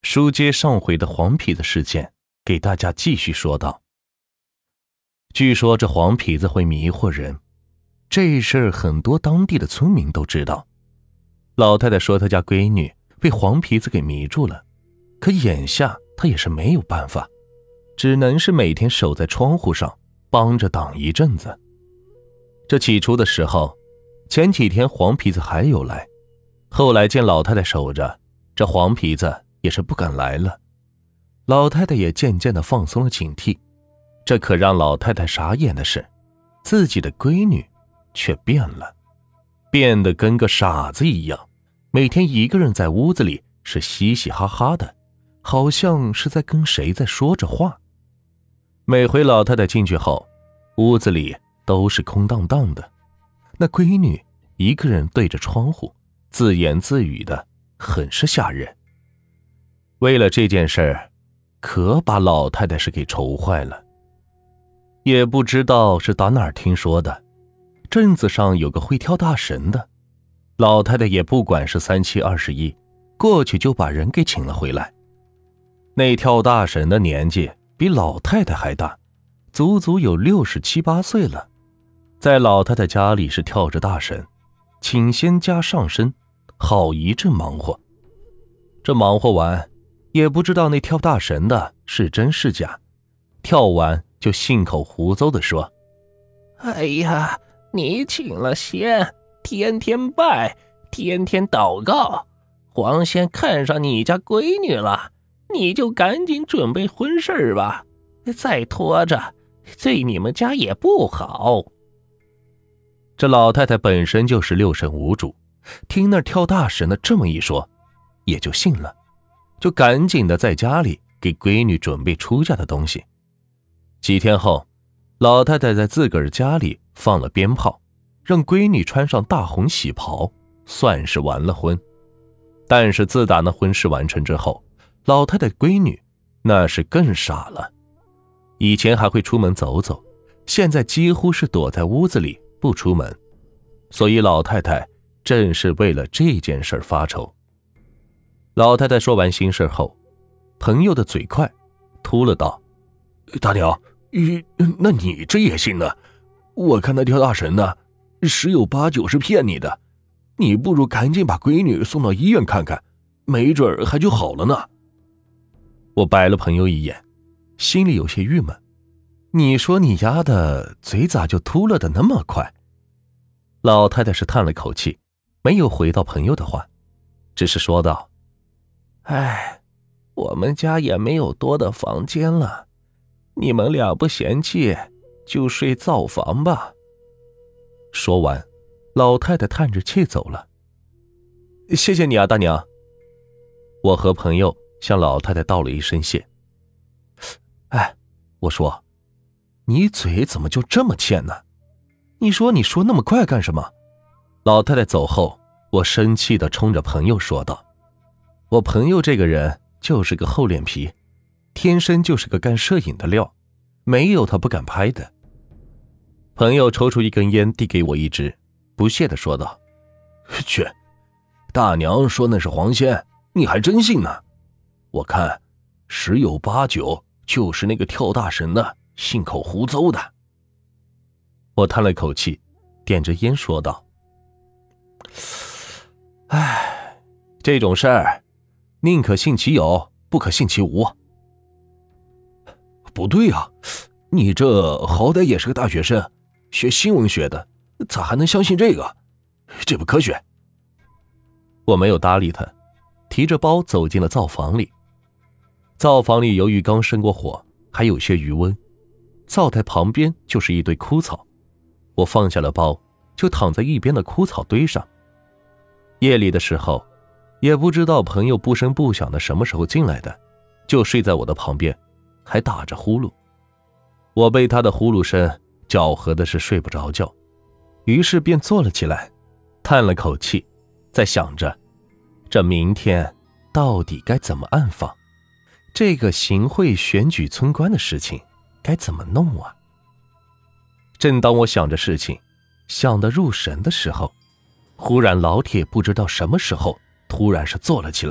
书接上回的黄痞子事件，给大家继续说道。据说这黄痞子会迷惑人，这事儿很多当地的村民都知道。老太太说她家闺女被黄痞子给迷住了，可眼下她也是没有办法，只能是每天守在窗户上帮着挡一阵子。这起初的时候，前几天黄痞子还有来，后来见老太太守着，这黄痞子也是不敢来了。老太太也渐渐地放松了警惕，这可让老太太傻眼的是，自己的闺女却变了，变得跟个傻子一样，每天一个人在屋子里是嘻嘻哈哈的，好像是在跟谁在说着话。每回老太太进去后，屋子里都是空荡荡的，那闺女一个人对着窗户自言自语的，很是吓人。为了这件事儿，可把老太太是给愁坏了。也不知道是打哪儿听说的，镇子上有个会跳大神的，老太太也不管是3721，过去就把人给请了回来。那跳大神的年纪比老太太还大，足足有67、8岁了，在老太太家里是跳着大神，请仙加上身，好一阵忙活。这忙活完，也不知道那跳大神的是真是假，跳完就信口胡诌地说： 哎呀，你请了仙，天天拜，天天祷告，黄仙看上你家闺女了，你就赶紧准备婚事吧，再拖着对你们家也不好。 这老太太本身就是六神无主，听那跳大神的这么一说，也就信了，就赶紧的在家里给闺女准备出嫁的东西。几天后，老太太在自个儿家里放了鞭炮，让闺女穿上大红喜袍，算是完了婚。但是自打那婚事完成之后，老太太闺女那是更傻了。以前还会出门走走，现在几乎是躲在屋子里不出门。所以老太太正是为了这件事发愁。老太太说完心事后，朋友的嘴快，突了道： 大娘，那你这也信呢？我看那跳大神呢，十有八九是骗你的，你不如赶紧把闺女送到医院看看，没准还就好了呢。 我白了朋友一眼，心里有些郁闷。你说你丫的嘴咋就秃了的那么快？老太太是叹了口气，没有回到朋友的话，只是说道： 哎，我们家也没有多的房间了，你们俩不嫌弃就睡灶房吧。 说完，老太太叹着气走了。谢谢你啊，大娘。我和朋友向老太太道了一声谢。哎，我说，你嘴怎么就这么欠呢？你说那么快干什么？老太太走后，我生气地冲着朋友说道：我朋友这个人就是个厚脸皮，天生就是个干摄影的料，没有他不敢拍的。朋友抽出一根烟递给我一支，不屑地说道： 去，大娘说那是黄仙，你还真信呢？我看十有八九就是那个跳大神的信口胡诌的。 我叹了口气，点着烟说道：哎，这种事儿宁可信其有，不可信其无。 不对啊，你这好歹也是个大学生，学新闻学的，咋还能相信这个？这不科学。 我没有搭理他，提着包走进了灶房里。灶房里由于刚生过火，还有些余温，灶台旁边就是一堆枯草。我放下了包，就躺在一边的枯草堆上。夜里的时候，也不知道朋友不声不响的什么时候进来的，就睡在我的旁边，还打着呼噜。我被他的呼噜声搅和的是睡不着觉，于是便坐了起来，叹了口气，在想着这明天到底该怎么安放，这个行贿选举村官的事情该怎么弄啊。正当我想着事情想得入神的时候，忽然老铁不知道什么时候突然是坐了起来，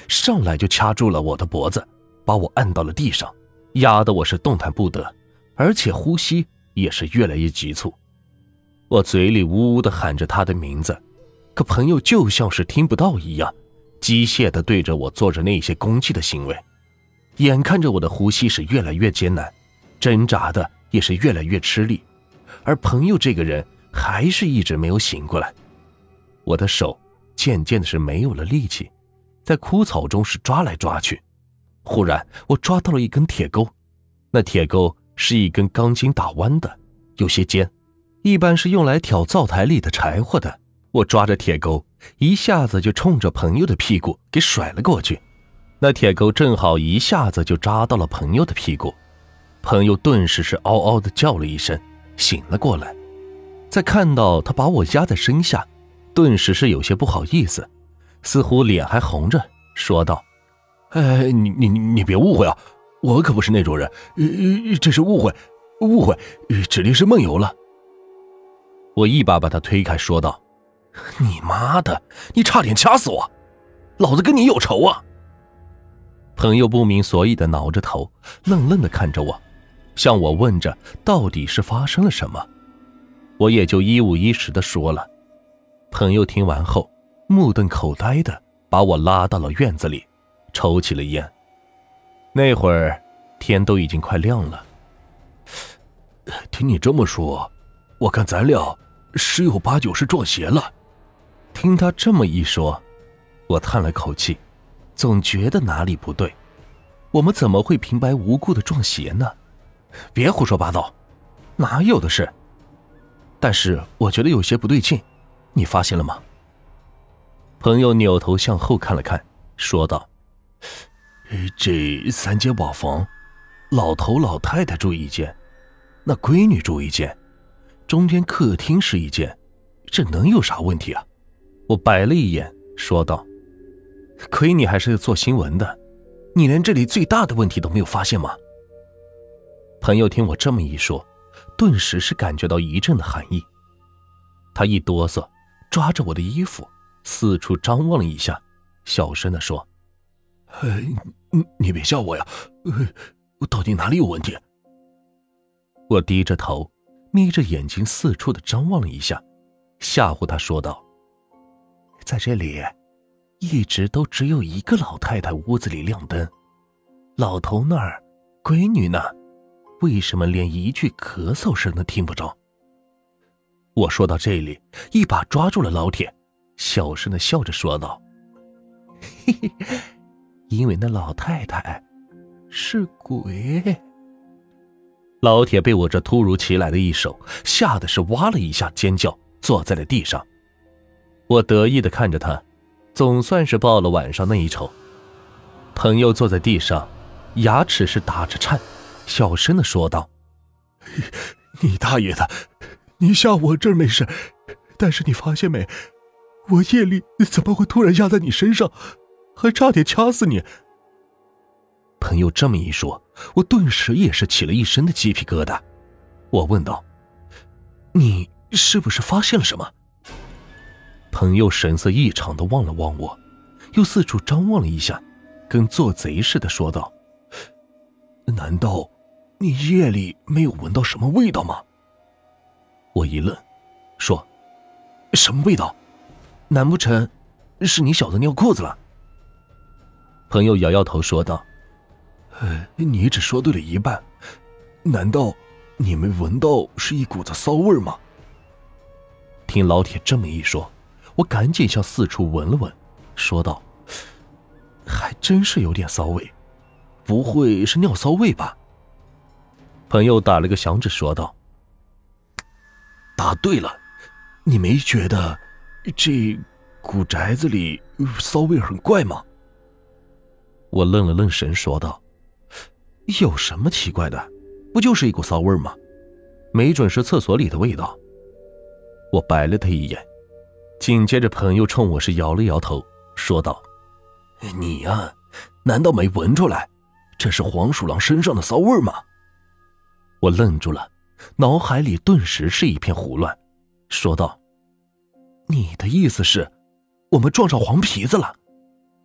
上来就掐住了我的脖子，把我按到了地上，压得我是动弹不得，而且呼吸也是越来越急促。我嘴里呜呜地喊着他的名字，可朋友就像是听不到一样，机械地对着我做着那些攻击的行为。眼看着我的呼吸是越来越艰难，挣扎的也是越来越吃力，而朋友这个人还是一直没有醒过来。我的手渐渐的是没有了力气，在枯草中是抓来抓去。忽然我抓到了一根铁钩，那铁钩是一根钢筋打弯的，有些尖，一般是用来挑灶台里的柴火的。我抓着铁钩，一下子就冲着朋友的屁股给甩了过去，那铁钩正好一下子就扎到了朋友的屁股。朋友顿时是嗷嗷的叫了一声，醒了过来。再看到他把我压在身下，顿时是有些不好意思，似乎脸还红着，说道： 你别误会啊，我可不是那种人，这是误会，指定是梦游了。 我一把把他推开，说道：你妈的，你差点掐死我，老子跟你有仇啊！朋友不明所以的挠着头，愣愣的看着我，向我问着到底是发生了什么。我也就一五一十的说了。朋友听完后，目瞪口呆的把我拉到了院子里，抽起了烟。那会儿天都已经快亮了。 听你这么说，我看咱俩十有八九是撞邪了。 听他这么一说，我叹了口气，总觉得哪里不对。我们怎么会平白无故的撞邪呢？别胡说八道，哪有的事。但是我觉得有些不对劲，你发现了吗？朋友扭头向后看了看，说道： 这三间瓦房，老头老太太住一间，那闺女住一间，中间客厅是一间，这能有啥问题啊？ 我白了一眼，说道：亏你还是做新闻的，你连这里最大的问题都没有发现吗？朋友听我这么一说，顿时是感觉到一阵的寒意。他一哆嗦，抓着我的衣服四处张望了一下，小声地说： 你别吓我呀，我到底哪里有问题？ 我低着头，眯着眼睛四处的张望了一下，吓唬他说道：在这里一直都只有一个老太太屋子里亮灯，老头那儿，闺女呢，为什么连一句咳嗽声都听不着？我说到这里，一把抓住了老铁，小声的笑着说道：嘿嘿，因为那老太太是鬼。老铁被我这突如其来的一手吓得是哇了一下尖叫，坐在了地上。我得意地看着他，总算是报了晚上那一仇。朋友坐在地上，牙齿是打着颤，小声地说道： 你大爷的，你吓我这儿没事，但是你发现没，我夜里怎么会突然压在你身上，还差点掐死你。 朋友这么一说，我顿时也是起了一身的鸡皮疙瘩。我问道：你是不是发现了什么？朋友神色异常的望了望我，又四处张望了一下，跟做贼似的说道： 难道你夜里没有闻到什么味道吗？ 我一愣，说：什么味道？难不成是你小子尿裤子了？朋友摇摇头说道： 你只说对了一半，难道你没闻到是一股子骚味吗？ 听老铁这么一说，我赶紧向四处闻了闻，说道：还真是有点骚味，不会是尿骚味吧？朋友打了个响指说道： 答对了，你没觉得这古宅子里骚味很怪吗？ 我愣了愣神说道：有什么奇怪的，不就是一股骚味吗？没准是厕所里的味道。我白了他一眼，紧接着朋友冲我是摇了摇头，说道： 你呀，难道没闻出来这是黄鼠狼身上的骚味吗？ 我愣住了，脑海里顿时是一片胡乱，说道：你的意思是我们撞上黄皮子了？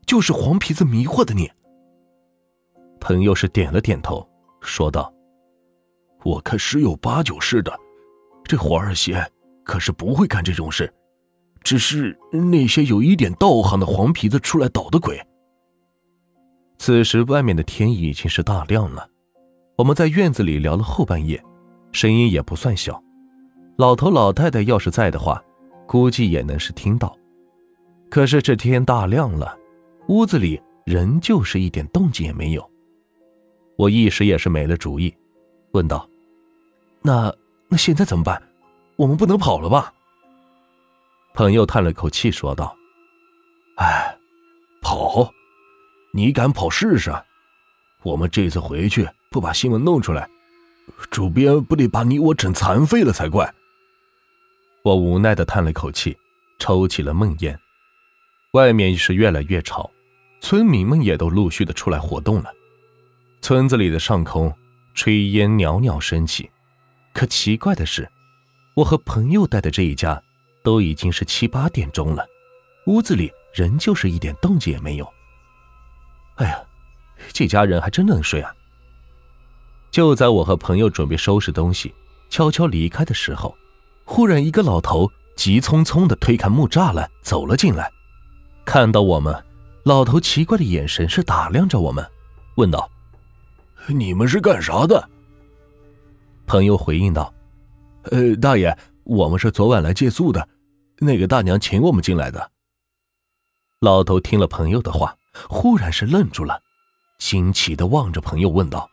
就是黄皮子迷惑的你。 朋友是点了点头，说道： 我看十有八九是的，这黄二仙可是不会干这种事，只是那些有一点道行的黄皮子出来捣的鬼。 此时外面的天已经是大亮了，我们在院子里聊了后半夜，声音也不算小，老头老太太要是在的话，估计也能是听到。可是这天大亮了，屋子里仍旧是一点动静也没有。我一时也是没了主意，问道：那现在怎么办？我们不能跑了吧？朋友叹了口气说道： 哎，跑？你敢跑试试？我们这次回去不把新闻弄出来，主编不得把你我整残废了才怪。 我无奈地叹了口气，抽起了闷烟。外面是越来越吵，村民们也都陆续地出来活动了。村子里的上空炊烟袅袅升起，可奇怪的是，我和朋友待的这一家都已经是7、8点钟了，屋子里仍旧是一点动静也没有。哎呀，这家人还真能睡啊。就在我和朋友准备收拾东西悄悄离开的时候，忽然一个老头急匆匆地推开木栅栏走了进来。看到我们，老头奇怪的眼神是打量着我们，问道： 你们是干啥的？ 朋友回应道： 大爷，我们是昨晚来借宿的，那个大娘请我们进来的。 老头听了朋友的话，忽然是愣住了，惊奇地望着朋友问道：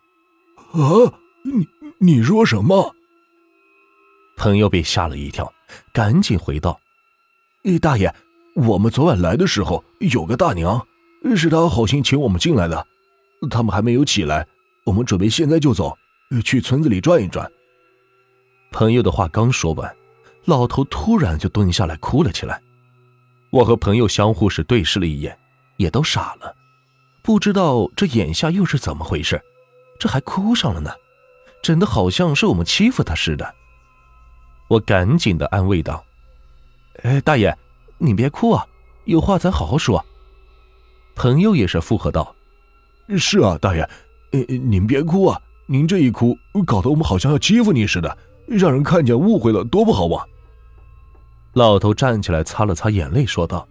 你说什么？ 朋友被吓了一跳，赶紧回道： 大爷，我们昨晚来的时候有个大娘，是她好心请我们进来的，他们还没有起来，我们准备现在就走，去村子里转一转。 朋友的话刚说完，老头突然就蹲下来哭了起来。我和朋友相互是对视了一眼，也都傻了，不知道这眼下又是怎么回事，这还哭上了呢，整得好像是我们欺负他似的。我赶紧的安慰道：大爷，你别哭啊，有话咱好好说。朋友也是附和道： 是啊，大爷，您别哭啊，您这一哭搞得我们好像要欺负你似的，让人看见误会了多不好啊。 老头站起来擦了擦眼泪说道：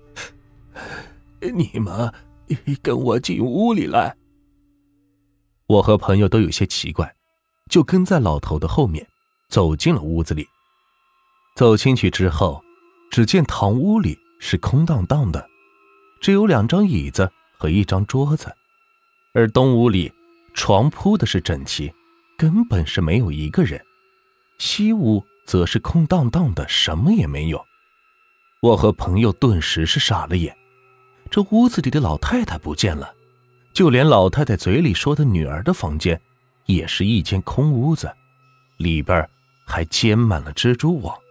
你们跟我进屋里来。 我和朋友都有些奇怪，就跟在老头的后面走进了屋子里。走进去之后，只见堂屋里是空荡荡的，只有2张椅子和1张桌子，而东屋里床铺的是整齐，根本是没有一个人。西屋则是空荡荡的，什么也没有。我和朋友顿时是傻了眼，这屋子里的老太太不见了，就连老太太嘴里说的女儿的房间也是一间空屋子，里边还煎满了蜘蛛网。